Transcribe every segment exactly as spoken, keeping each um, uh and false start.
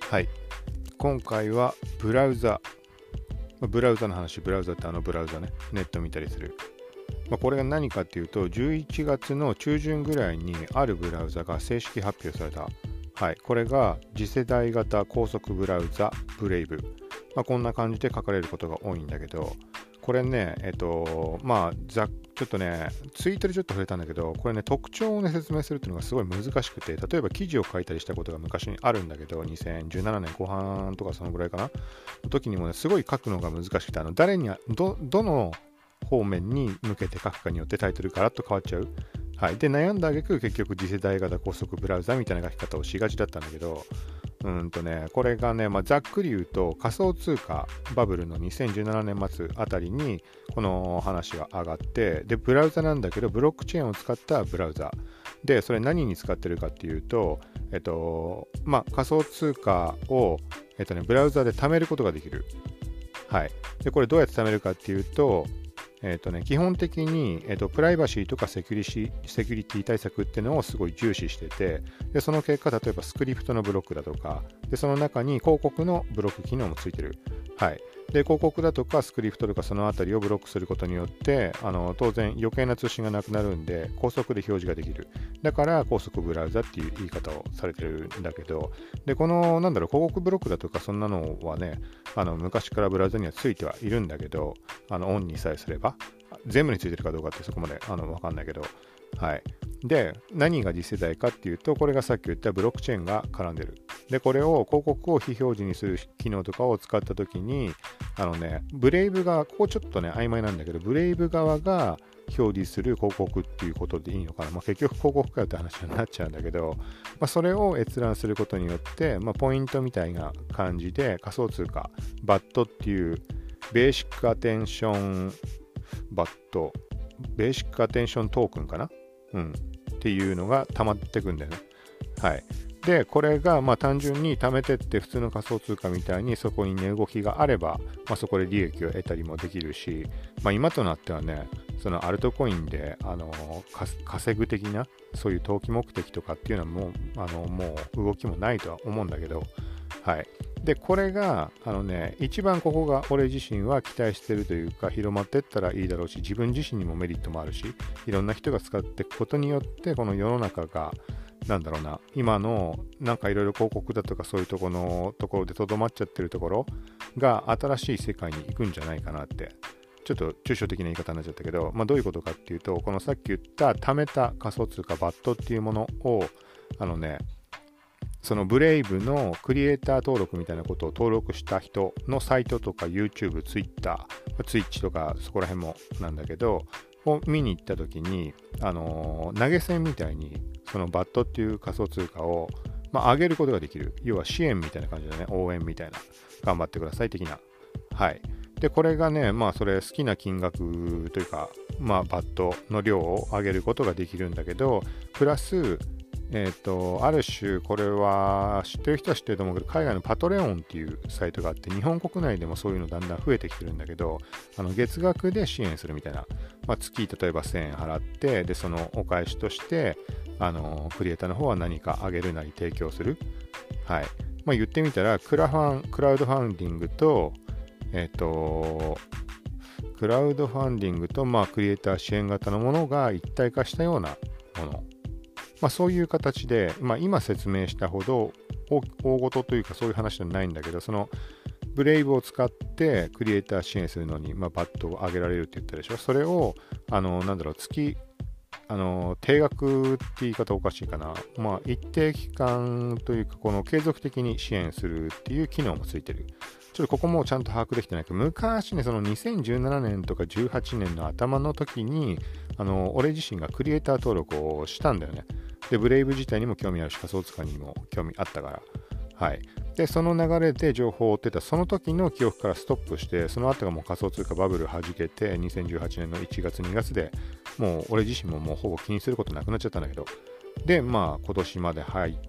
はい、今回はブラウザ、ブラウザの話、ブラウザってあのブラウザね、ネット見たりする。まあ、これが何かっていうと、じゅういちがつの中旬ぐらいにあるブラウザが正式発表された。はい、これが次世代型高速ブラウザ、ブレイブ。まあ、こんな感じで書かれることが多いんだけど、これね、えっと、まあ、ざちょっとね、ツイートでちょっと触れたんだけど、これね、特徴をね、説明するっていうのがすごい難しくて、例えば記事を書いたりしたことが昔にあるんだけど、にせんじゅうななねんこう半とかそのぐらいかな、の時にもね、すごい書くのが難しくて、あの誰に、ど、どの方面に向けて書くかによってタイトルがガラッと変わっちゃう。はい。で、悩んだ挙句、結局次世代型高速ブラウザみたいな書き方をしがちだったんだけど、うんとね、これがね、まあ、ざっくり言うと仮想通貨バブルのにせんじゅうななねん末あたりにこの話が上がって、で、ブラウザなんだけど、ブロックチェーンを使ったブラウザ。で、それ何に使ってるかっていうと、えっと、まあ、仮想通貨を、えっとね、ブラウザで貯めることができる。はい。で、これどうやって貯めるかっていうと、えーとね、基本的に、えーと、プライバシーとかセキュリシセキュリティ対策っていうのをすごい重視してて、でその結果、例えばスクリプトのブロックだとか、でその中に広告のブロック機能もついてる。はい。で、広告だとかスクリプトとかそのあたりをブロックすることによって、あの当然余計な通信がなくなるんで、高速で表示ができる。だから高速ブラウザっていう言い方をされてるんだけど、で、この、なんだろう、広告ブロックだとかそんなのはね、あの昔からブラウザにはついてはいるんだけど、あのオンにさえすれば、全部についてるかどうかってそこまであの分かんないけど、はい。で、何が次世代かっていうと、これがさっき言ったブロックチェーンが絡んでる。で、これを広告を非表示にする機能とかを使ったときに、あのね、ブレイブ側、ここちょっとね、曖昧なんだけど、ブレイブ側が表示する広告っていうことでいいのかな。まあ、結局広告かよって話になっちゃうんだけど、まあ、それを閲覧することによって、まあ、ポイントみたいな感じで仮想通貨、バットっていうベーシックアテンションバット、ベーシックアテンショントークンかな、うん、っていうのが溜まってくんだよね。はい。で、これがまあ単純に貯めてって普通の仮想通貨みたいにそこに値動きがあれば、まあ、そこで利益を得たりもできるし、まあ、今となってはね、そのアルトコインで、あの稼ぐ的なそういう投機目的とかっていうのはもう、あのもう動きもないとは思うんだけど、はい。で、これが、あのね、一番ここが俺自身は期待してるというか、広まっていったらいいだろうし、自分自身にもメリットもあるし、いろんな人が使っていくことによって、この世の中が、なんだろうな、今の、なんかいろいろ広告だとかそういうところのところでとどまっちゃってるところが、新しい世界に行くんじゃないかなって。ちょっと抽象的な言い方になっちゃったけど、まあどういうことかっていうと、このさっき言った貯めた仮想通貨バットっていうものを、あのね、そのブレイブのクリエイター登録みたいなことを登録した人のサイトとか YouTube、Twitter、Twitch とかそこら辺もなんだけど、を見に行った時に、あのー、投げ銭みたいにそのバットっていう仮想通貨を、まあ、上げることができる。要は支援みたいな感じでね、応援みたいな。頑張ってください的な。はい。で、これがね、まあそれ好きな金額というか、まあバットの量を上げることができるんだけど、プラス、えっと、ある種、これは知ってる人は知ってると思うけど、海外のパトレオンっていうサイトがあって、日本国内でもそういうのだんだん増えてきてるんだけど、あの月額で支援するみたいな、まあ、月例えばせんえん払って、で、そのお返しとして、あの、クリエイターの方は何かあげるなり提供する。はい。まあ、言ってみたら、クラファン、クラウドファンディングと、えっと、クラウドファンディングと、まあ、クリエイター支援型のものが一体化したようなもの。まあ、そういう形で、まあ、今説明したほど大ごとというかそういう話じゃないんだけど、そのブレイブを使ってクリエイター支援するのに、まあ、バットを上げられるって言ったでしょ。それを、あの、なんだろう、月、あの、定額って言い方おかしいかな。まあ、一定期間というか、この継続的に支援するっていう機能もついてる。ちょっとここもちゃんと把握できてないけど、昔ね、そのにせんじゅうななねんとかじゅうはちねんの頭の時に、あの、俺自身がクリエイター登録をしたんだよね。で、ブレイブ自体にも興味あるし、仮想通貨にも興味あったから。はい。で、その流れで情報を追ってた、その時の記憶からストップして、その後がもう仮想通貨バブル弾けて、にせんじゅうはちねんのいちがつ、にがつでもう俺自身ももうほぼ気にすることなくなっちゃったんだけど。で、まあ、今年まで入って、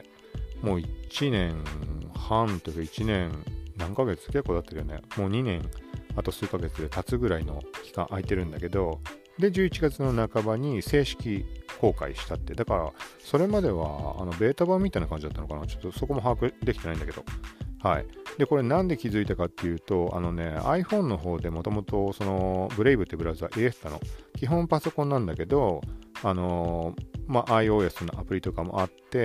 もういちねんはんというかいちねん、何ヶ月結構経ってるよね。もうにねん、あと数ヶ月で経つぐらいの期間空いてるんだけど、で、じゅういちがつの半ばに正式公開したって。だからそれまではあのベータ版みたいな感じだったのかな。ちょっとそこも把握できてないんだけど、はい。でこれなんで気づいたかっていうと、あのね iPhone の方でもともとその Brave ってブラウザ入れてたの。基本パソコンなんだけど、あのーまあ、iOS のアプリとかもあって、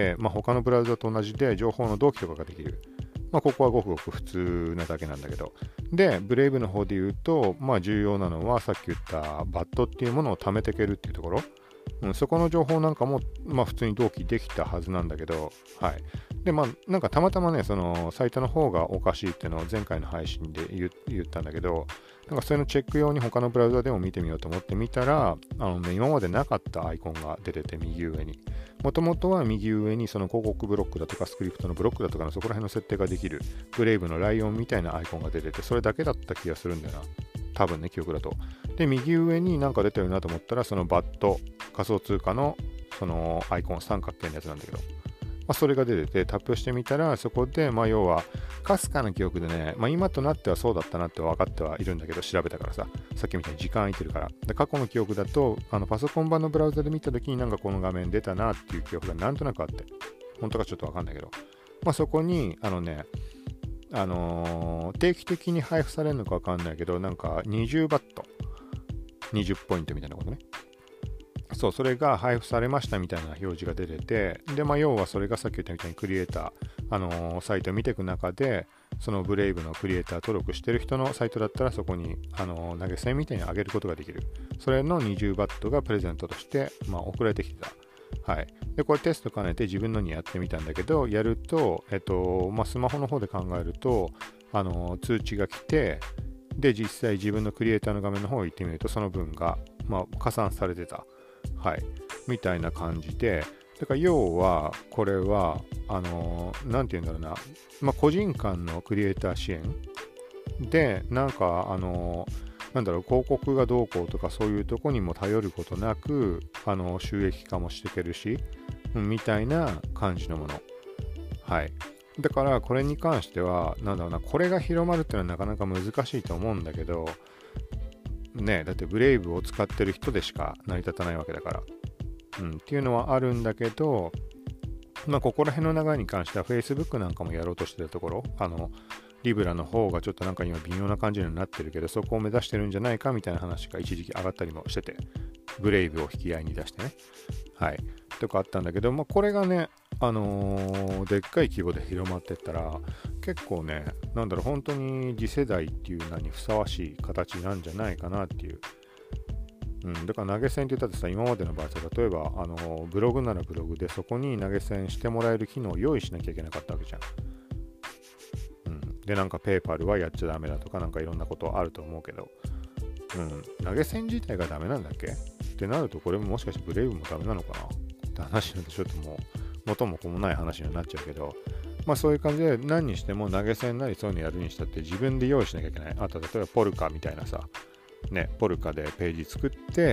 まあ、他のブラウザと同じで情報の同期とかができる。まあ、ここはごくごく普通なだけなんだけど。で、Brave の方で言うと、まあ、重要なのはさっき言った バット っていうものを貯めていけるっていうところ。うん、そこの情報なんかも、まあ、普通に同期できたはずなんだけど、はい。で、まあ、なんかたまたまね、そのサイトの方がおかしいっていうのを前回の配信で言言ったんだけど、なんかそういうのチェック用に他のブラウザでも見てみようと思ってみたら、あのね、今までなかったアイコンが出てて、右上に。もともとは右上にその広告ブロックだとかスクリプトのブロックだとかのそこら辺の設定ができる、ブレイブのライオンみたいなアイコンが出てて、それだけだった気がするんだよな。多分ね、記憶だと。で、右上になんか出てるなと思ったら、そのバット、仮想通貨のそのアイコン、三角形のやつなんだけど、まあ、それが出ててタップしてみたら、そこで、まあ、要はかすかな記憶でね、まあ、今となってはそうだったなって分かってはいるんだけど、調べたからさ、さっきみたいに時間空いてるから。で過去の記憶だと、あのパソコン版のブラウザで見たときになんかこの画面出たなっていう記憶がなんとなくあって、本当かちょっと分かんないけど、まあ、そこに、あのね、あのー定期的に配布されるのか分かんないけど、なんかにじゅうバット、にじゅうポイントみたいなことね。そう、それが配布されましたみたいな表示が出てて、で、まあ、要はそれがさっき言ったみたいにクリエイター、あのーサイトを見ていく中で、そのブレイブのクリエイター登録してる人のサイトだったら、そこに、あのー投げ銭みたいに上げることができる。それのにじゅうバットがプレゼントとして、まあ、送られてきてた。はい。で、これテスト兼ねて自分のにやってみたんだけど、やると、えっと、まあ、スマホの方で考えると、あのー通知が来て、で、実際自分のクリエイターの画面の方を行ってみると、その分が、まあ、加算されてた。はい。みたいな感じで、だから要は、これは、あのー、なんて言うんだろうな、まあ、個人間のクリエイター支援で、なんか、あのー、なんだろう、広告がどうこうとかそういうとこにも頼ることなく、あのー、収益化もしていけるし、うん、みたいな感じのもの。はい。だから、これに関しては、なんだろうな、これが広まるっていうのはなかなか難しいと思うんだけど、ね、だってブレイブを使ってる人でしか成り立たないわけだから、うん、っていうのはあるんだけど、まあここら辺の流れに関しては Facebook なんかもやろうとしてるところ、あのリブラの方がちょっとなんか今微妙な感じになってるけど、そこを目指してるんじゃないかみたいな話が一時期上がったりもしてて、ブレイブを引き合いに出してね、はいとかあったんだけど、まあこれがね、あのー、でっかい規模で広まってったら結構ね、なんだろう、本当に次世代っていう名にふさわしい形なんじゃないかなっていう。うん、だから投げ銭って言ったってさ、今までの場合さ、例えばあのブログならブログでそこに投げ銭してもらえる機能を用意しなきゃいけなかったわけじゃん。うん、で、なんかペーパルはやっちゃダメだとか、なんかいろんなことあると思うけど、うん、投げ銭自体がダメなんだっけってなると、これももしかしてブレイブもダメなのかなって話になって、ちょっともう元も子もない話になっちゃうけど、まあそういう感じで何にしても投げ銭なりそういうのやるにしたって自分で用意しなきゃいけない。あと例えばポルカみたいなさ、ね、ポルカでページ作って、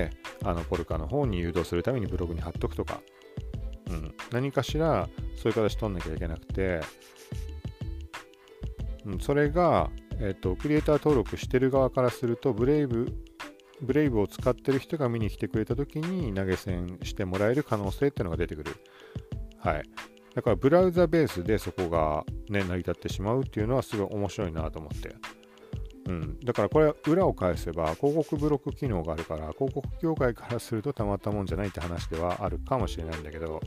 あのポルカの方に誘導するためにブログに貼っとくとか、うん、何かしらそういう形取んなきゃいけなくて、うん、それが、えっと、クリエイター登録してる側からすると、ブレイブブレイブを使ってる人が見に来てくれた時に投げ銭してもらえる可能性っていうのが出てくる。はい。だからブラウザベースでそこがね、成り立ってしまうっていうのはすごい面白いなと思って。うん。だからこれは裏を返せば広告ブロック機能があるから、広告業界からするとたまったもんじゃないって話ではあるかもしれないんだけど、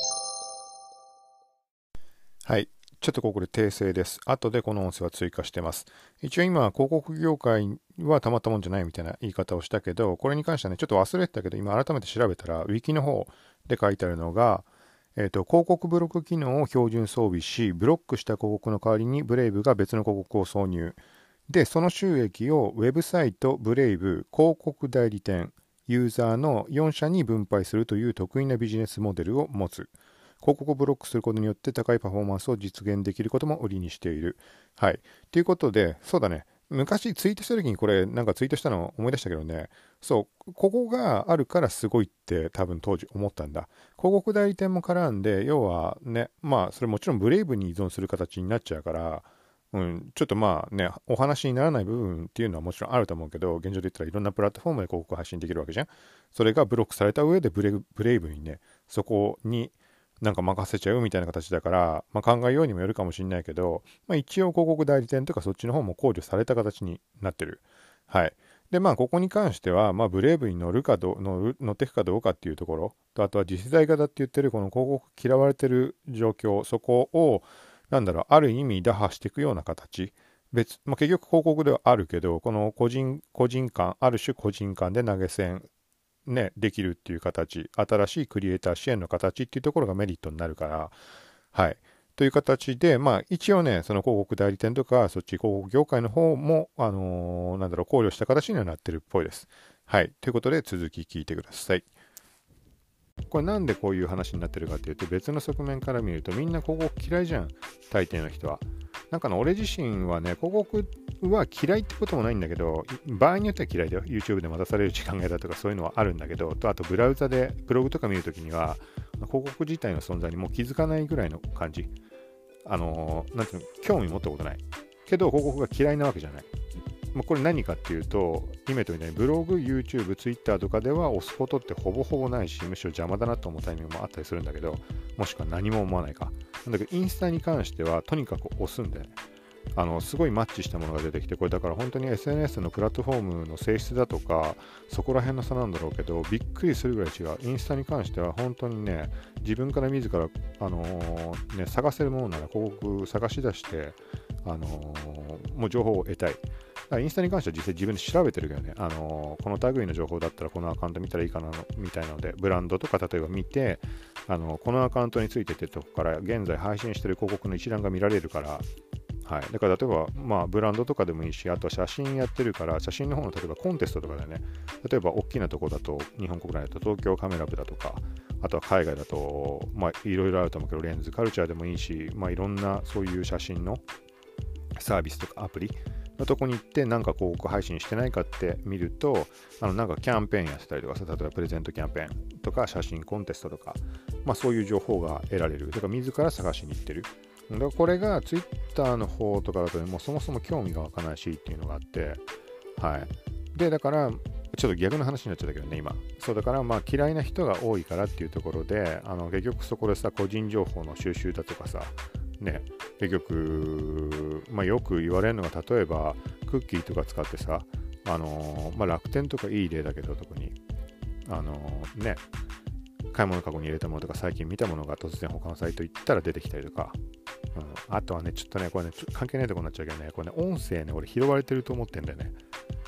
はい。ちょっとここで訂正です。後でこの音声は追加してます。一応今、広告業界はたまったもんじゃないみたいな言い方をしたけど、これに関してはね、ちょっと忘れてたけど、今改めて調べたら、ウィキの方で書いてあるのが、えっと、広告ブロック機能を標準装備し、ブロックした広告の代わりにブレイブが別の広告を挿入。で、その収益をウェブサイト、ブレイブ、広告代理店、ユーザーのよん社に分配するという得意なビジネスモデルを持つ。広告をブロックすることによって高いパフォーマンスを実現できることも売りにしている。はい。ということで、そうだね。昔ツイートした時にこれなんかツイートしたの思い出したけどね。そう、ここがあるからすごいって多分当時思ったんだ。広告代理店も絡んで、要はね、まあそれもちろんブレイブに依存する形になっちゃうから、 うん、ちょっとまあね、お話にならない部分っていうのはもちろんあると思うけど、現状で言ったらいろんなプラットフォームで広告配信できるわけじゃん。それがブロックされた上でブレブレイブにね、そこになんか任せちゃうみたいな形だから、まあ、考えようにもよるかもしれないけど、まあ、一応広告代理店とかそっちの方も考慮された形になってる。はい。で、まあ、ここに関しては、まあ、ブレイブに乗るかど乗る乗っていくかどうかっていうところと、あとは次世代型って言ってるこの広告嫌われてる状況、そこを、なんだろう、ある意味打破していくような形。別、まあ、結局広告ではあるけど、この個人、個人間、ある種個人間で投げ銭、ね、できるっていう形、新しいクリエイター支援の形っていうところがメリットになるから、はい。という形で、まあ一応ね、その広告代理店とか、そっち広告業界の方も、あのーなんだろう、考慮した形にはなってるっぽいです。はい。ということで、続き聞いてください。これなんでこういう話になってるかっていうと、別の側面から見ると、みんな広告嫌いじゃん。大抵の人は。なんかの俺自身はね、広告は嫌いってこともないんだけど、場合によっては嫌いだよ。YouTube で待たされる時間がだとかそういうのはあるんだけど、とあとブラウザでブログとか見るときには、広告自体の存在にもう気づかないぐらいの感じ。あのー、なんていうの、興味持ったことない。けど広告が嫌いなわけじゃない。まあ、これ何かっていうと、今とみたいにブログ、YouTube、Twitter とかでは押すことってほぼほぼないし、むしろ邪魔だなと思うタイミングもあったりするんだけど、もしくは何も思わないか。なんだけど、インスタに関してはとにかく押すんだよね。あの、すごいマッチしたものが出てきて、これだから本当に エスエヌエス のプラットフォームの性質だとか、そこら辺の差なんだろうけど、びっくりするぐらい違う。インスタに関しては本当にね、自分から自ら、あのーね、探せるものなら広告探し出して、あのーもう情報を得たい。インスタに関しては実際自分で調べてるけどね、あのーこの類の情報だったらこのアカウント見たらいいかなみたいなので、ブランドとか例えば見て、あのーこのアカウントについてってとこから現在配信してる広告の一覧が見られるから、はい。だから例えば、まあ、ブランドとかでもいいし、あとは写真やってるから、写真の方の例えばコンテストとかでね、例えば大きなとこだと、日本国内だと東京カメラ部だとか、あとは海外だと、まあ、いろいろあると思うけど、レンズカルチャーでもいいし、まあ、いろんなそういう写真のサービスとかアプリのとこに行って、なんか広告配信してないかって見ると、あのなんかキャンペーンやってたりとかさ、例えばプレゼントキャンペーンとか写真コンテストとか、まあそういう情報が得られる。だから自ら探しに行ってる。だからこれが Twitter の方とかだと、ね、もうそもそも興味が湧かないしっていうのがあって、はい。で、だから、ちょっと逆の話になっちゃったけどね、今。そうだから、まあ嫌いな人が多いからっていうところで、あの結局そこでさ、個人情報の収集だとかさ、ね、結局、まあ、よく言われるのが、例えばクッキーとか使ってさ、あのーまあ、楽天とかいい例だけど、特に、あのーね、買い物かごに入れたものとか最近見たものが突然他のサイト行ったら出てきたりとか、うん、あとはね、ちょっとね、これね、関係ないとこになっちゃうけどね、これね、音声ね、俺拾われてると思ってんだよね。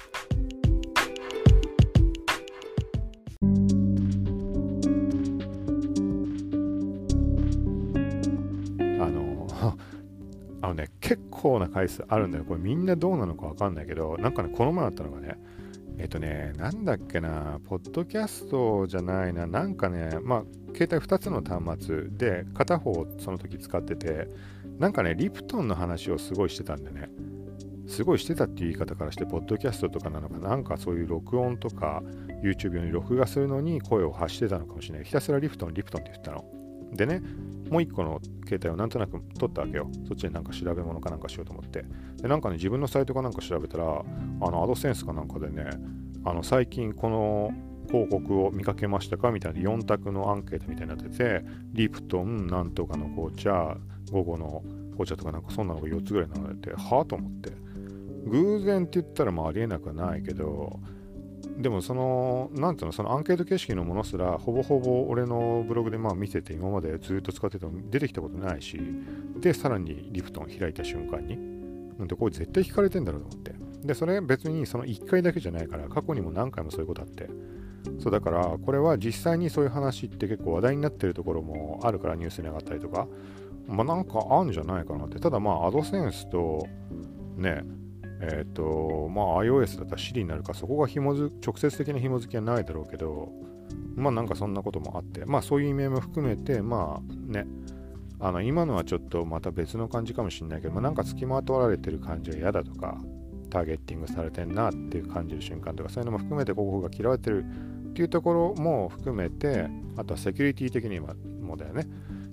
あのあのね、結構な回数あるんだよ。これみんなどうなのかわかんないけど、なんかね、この前あったのがね、えっとね、なんだっけな、ポッドキャストじゃないな、なんかね、まあ、携帯ふたつの端末で、片方その時使ってて、なんかね、リプトンの話をすごいしてたんでね、すごいしてたっていう言い方からして、ポッドキャストとかなのか、なんかそういう録音とか、YouTube 用に録画するのに声を発してたのかもしれない。ひたすらリプトン、リプトンって言ったの。でね、もう一個の携帯をなんとなく取ったわけよ。そっちでなんか調べ物かなんかしようと思って。で、なんかね、自分のサイトかなんか調べたら、あの、アドセンスかなんかでね、あの、最近この広告を見かけましたかみたいなよん択のアンケートみたいになってて、リプトン、なんとかの紅茶、午後の紅茶とかなんかそんなのがよっつぐらい並んでて、はぁと思って。偶然って言ったらまあありえなくはないけど、でもその、なんていうの、そのアンケート形式のものすら、ほぼほぼ俺のブログでまあ見せて、今までずっと使ってても出てきたことないし、で、さらにリプトン開いた瞬間に、なんでこれ絶対引かれてんだろうと思って。で、それ別にそのいっかいだけじゃないから、過去にも何回もそういうことあって。そうだから、これは実際にそういう話って結構話題になってるところもあるから、ニュースに上がったりとか、まあなんかあるんじゃないかなって。ただまあ、アドセンスと、ね、えっ、ー、と、まあ iOS だったら Siri になるか、そこが紐づ直接的な紐づきはないだろうけど、まあなんかそんなこともあって、まあそういう意味も含めて、まあね、あの今のはちょっとまた別の感じかもしれないけど、まあ、なんか付きまとわれてる感じが嫌だとか、ターゲッティングされてんなっていう感じる瞬間とか、そういうのも含めて広告が嫌われてるっていうところも含めて、あとはセキュリティ的にもだよね。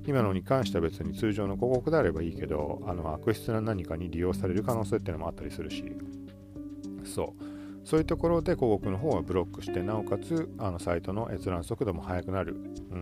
今のに関しては別に通常の広告であればいいけど、あの悪質な何かに利用される可能性っていうのもあったりするし、そうそういうところで広告の方はブロックして、なおかつあのサイトの閲覧速度も速くなる、うん、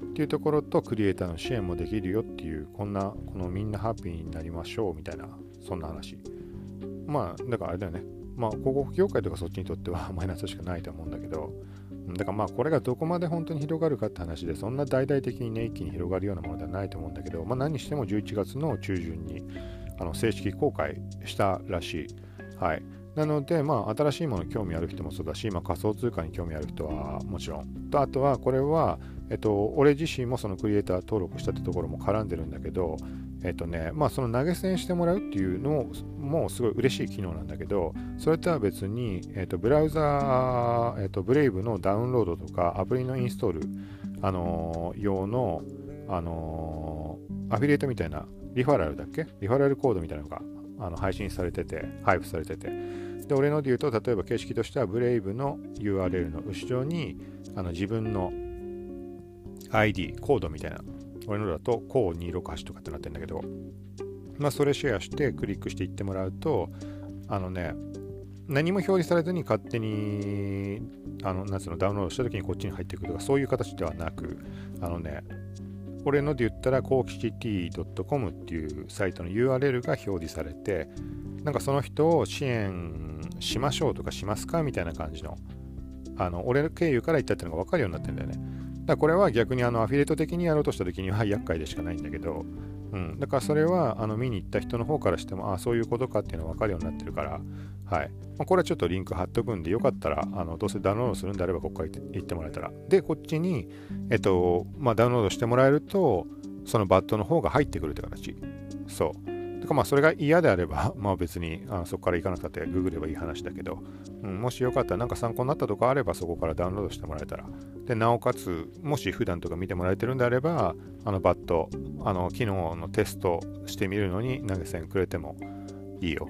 っていうところと、クリエイターの支援もできるよっていう、こんなこのみんなハッピーになりましょうみたいな、そんな話。まあだからあれだよね、まあ広告業界とかそっちにとってはマイナスしかないと思うんだけど、だからまあこれがどこまで本当に広がるかって話で、そんな大々的にね一気に広がるようなものではないと思うんだけど、まあ何にしてもじゅういちがつの中旬にあの正式公開したらしい。はい。なのでまあ新しいものに興味ある人もそうだし、まあ、仮想通貨に興味ある人はもちろんと、あとはこれはえっと俺自身もそのクリエイター登録したってところも絡んでるんだけど、えっとね、まあその投げ銭してもらうっていうのももうすごい嬉しい機能なんだけど、それとは別に、えっとブラウザー、えっとブレイブのダウンロードとかアプリのインストール、あのー用の、あのーアフィリエイトみたいなリファラルだっけリファラルコードみたいなのがあの配信されてて、配布されてて、で俺ので言うと、例えば形式としてはブレイブの ユーアールエル の後ろにあの自分の アイディー コードみたいな、俺のだとコーにひゃくろくじゅうはちとかってなってるんだけど、まあそれシェアしてクリックしていってもらうと、あのね、何も表示されずに勝手にあのなんつうのダウンロードした時にこっちに入ってくるとか、そういう形ではなく、あのね、俺ので言ったらコーキシティ ドットコム っていうサイトの ユーアールエル が表示されて、なんかその人を支援しましょうとかしますかみたいな感じの、あの俺経由から言ったっていうのが分かるようになってるんだよね。だからこれは逆にあのアフィリエイト的にやろうとした時には厄介でしかないんだけど、うん、だからそれはあの見に行った人の方からしても、ああそういうことかっていうのが分かるようになってるから、はい、まあ、これはちょっとリンク貼っとくんで、よかったらあのどうせダウンロードするんであればここから行ってもらえたら、でこっちにえっとまあダウンロードしてもらえると、そのバットの方が入ってくるって形。そうだからまあそれが嫌であれば、まあ別にあのそこから行かなくたってググればいい話だけど、うん、もしよかったらなんか参考になったとかあれば、そこからダウンロードしてもらえたら。で、なおかつ、もし普段とか見てもらえてるんであれば、あのバット、あの機能のテストしてみるのに投げ銭くれてもいいよ。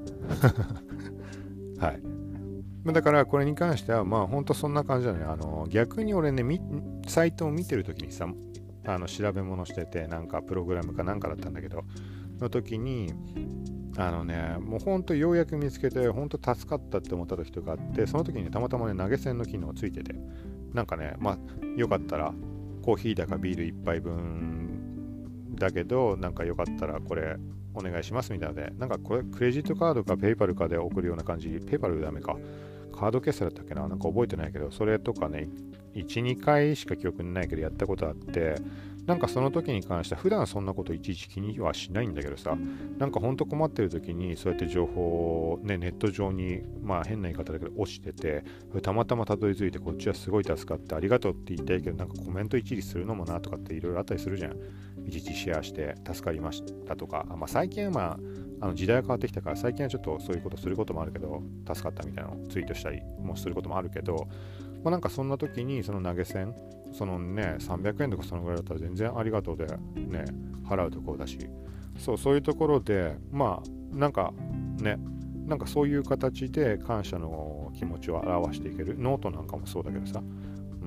はい。だからこれに関しては、まあ本当そんな感じだね。あの逆に俺ね、サイトを見てるときにさ、あの調べ物してて、なんかプログラムかなんかだったんだけど、の時に、あのね、もうほんとようやく見つけて、ほんと助かったって思った時とかあって、その時にたまたまね、投げ銭の機能ついてて、なんかね、まあ、よかったら、コーヒーだかビールいっぱいぶんだけど、なんかよかったらこれお願いしますみたいなので、なんかこれクレジットカードかペイパルかで送るような感じ、ペイパルダメか、カード決済だったっけな、なんか覚えてないけど、それとかね、いち、にかいしか記憶にないけどやったことあって、なんかその時に関しては普段そんなこといちいち気にはしないんだけどさ、なんかほんと困ってる時にそうやって情報を、ね、ネット上に、まあ変な言い方だけど落ちてて、たまたまたどり着いてこっちはすごい助かってありがとうって言いたいけど、なんかコメント一時するのもなとかっていろいろあったりするじゃん。いちいちシェアして助かりましたとか、まあ最近はまあ、あの時代が変わってきたから最近はちょっとそういうことすることもあるけど、助かったみたいなのをツイートしたりもすることもあるけど、まあ、なんかそんな時にその投げ銭、そのね、さんびゃくえんとかそのぐらいだったら全然ありがとうでね、払うところだし、そう、そういうところで、まあ、なんかね、なんかそういう形で感謝の気持ちを表していける。ノートなんかもそうだけどさ、うん。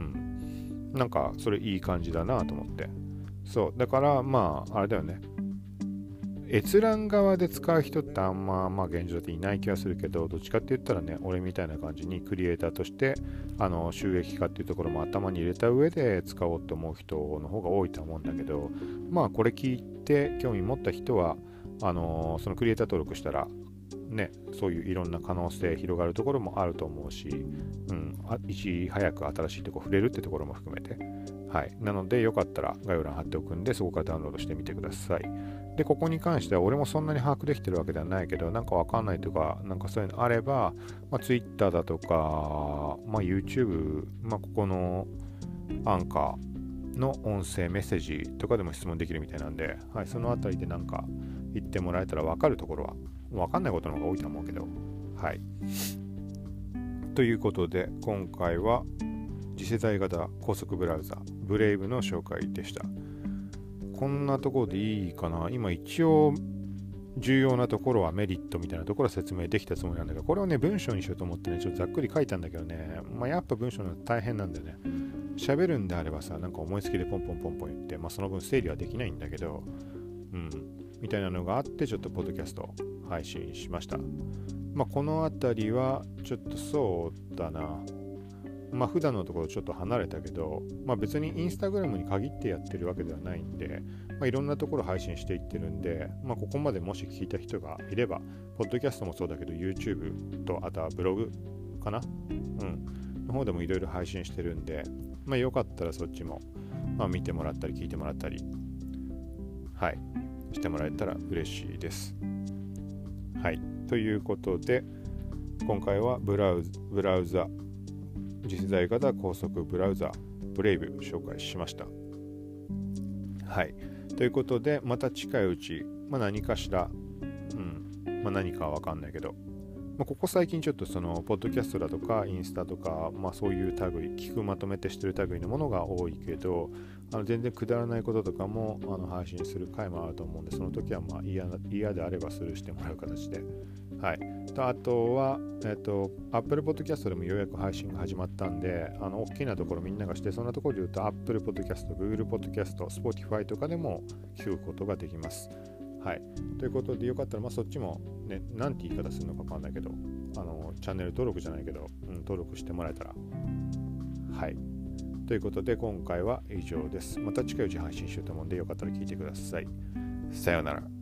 なんかそれいい感じだなと思って。そう、だからまあ、あれだよね。閲覧側で使う人ってあんま、まあ現状だっていない気がするけど、どっちかって言ったらね、俺みたいな感じにクリエイターとしてあの収益化っていうところも頭に入れた上で使おうと思う人の方が多いと思うんだけど、まあこれ聞いて興味持った人はあのそのクリエイター登録したらね、そういういろんな可能性広がるところもあると思うし、うん、いち早く新しいところ触れるってところも含めて、はい、なのでよかったら概要欄貼っておくんで、そこからダウンロードしてみてください。で、ここに関しては俺もそんなに把握できてるわけではないけど、なんかわかんないとか、なんかそういうのあれば、まあ、Twitter だとか、まあ、YouTube、まあ、ここのアンカーの音声メッセージとかでも質問できるみたいなんで、はい、そのあたりでなんか言ってもらえたらわかるところは、わかんないことの方が多いと思うけど、はい。ということで、今回は次世代型高速ブラウザ、ブレイブの紹介でした。こんなところでいいかな。今一応重要なところはメリットみたいなところは説明できたつもりなんだけど、これをね文章にしようと思ってねちょっとざっくり書いたんだけどね、まあ、やっぱ文章の大変なんだよね。 喋るんであればさ、なんか思いつきでポンポンポンポン言って、まあその分整理はできないんだけど、うん、みたいなのがあって、ちょっとポッドキャスト配信しました。まあこのあたりは、ちょっとそうだな。まあ普段のところちょっと離れたけど、まあ別にインスタグラムに限ってやってるわけではないんで、まあいろんなところ配信していってるんで、まあここまでもし聞いた人がいれば、ポッドキャストもそうだけど YouTube とあとはブログかなうんの方でもいろいろ配信してるんで、まあよかったらそっちも、まあ、見てもらったり聞いてもらったり、はい、してもらえたら嬉しいです。はい、ということで、今回はブラウズ、ブラウザ、次世代型高速ブラウザ、ブレイブ紹介しました。はい、ということで、また近いうち、まあ、何かしら、うんまあ、何かは分かんないけど、まあ、ここ最近ちょっとそのポッドキャストだとかインスタとか、まあ、そういう類、聞くまとめてしてる類のものが多いけど、あの全然くだらないこととかもあの配信する回もあると思うんで、その時はまあ 嫌, 嫌であればスルーしてもらう形で、はい、とあとは、えっと、Apple Podcast でもようやく配信が始まったんで、あの大きなところみんながして、そんなところで言うと Apple Podcast、Google Podcast、Spotify とかでも聞くことができます。はい、ということで、よかったら、まあ、そっちも、ね、なんて言い方するのかわかんないけど、あのチャンネル登録じゃないけど、うん、登録してもらえたら。はい。ということで、今回は以上です。また近いうち配信しようと思うんで、よかったら聞いてください。さようなら。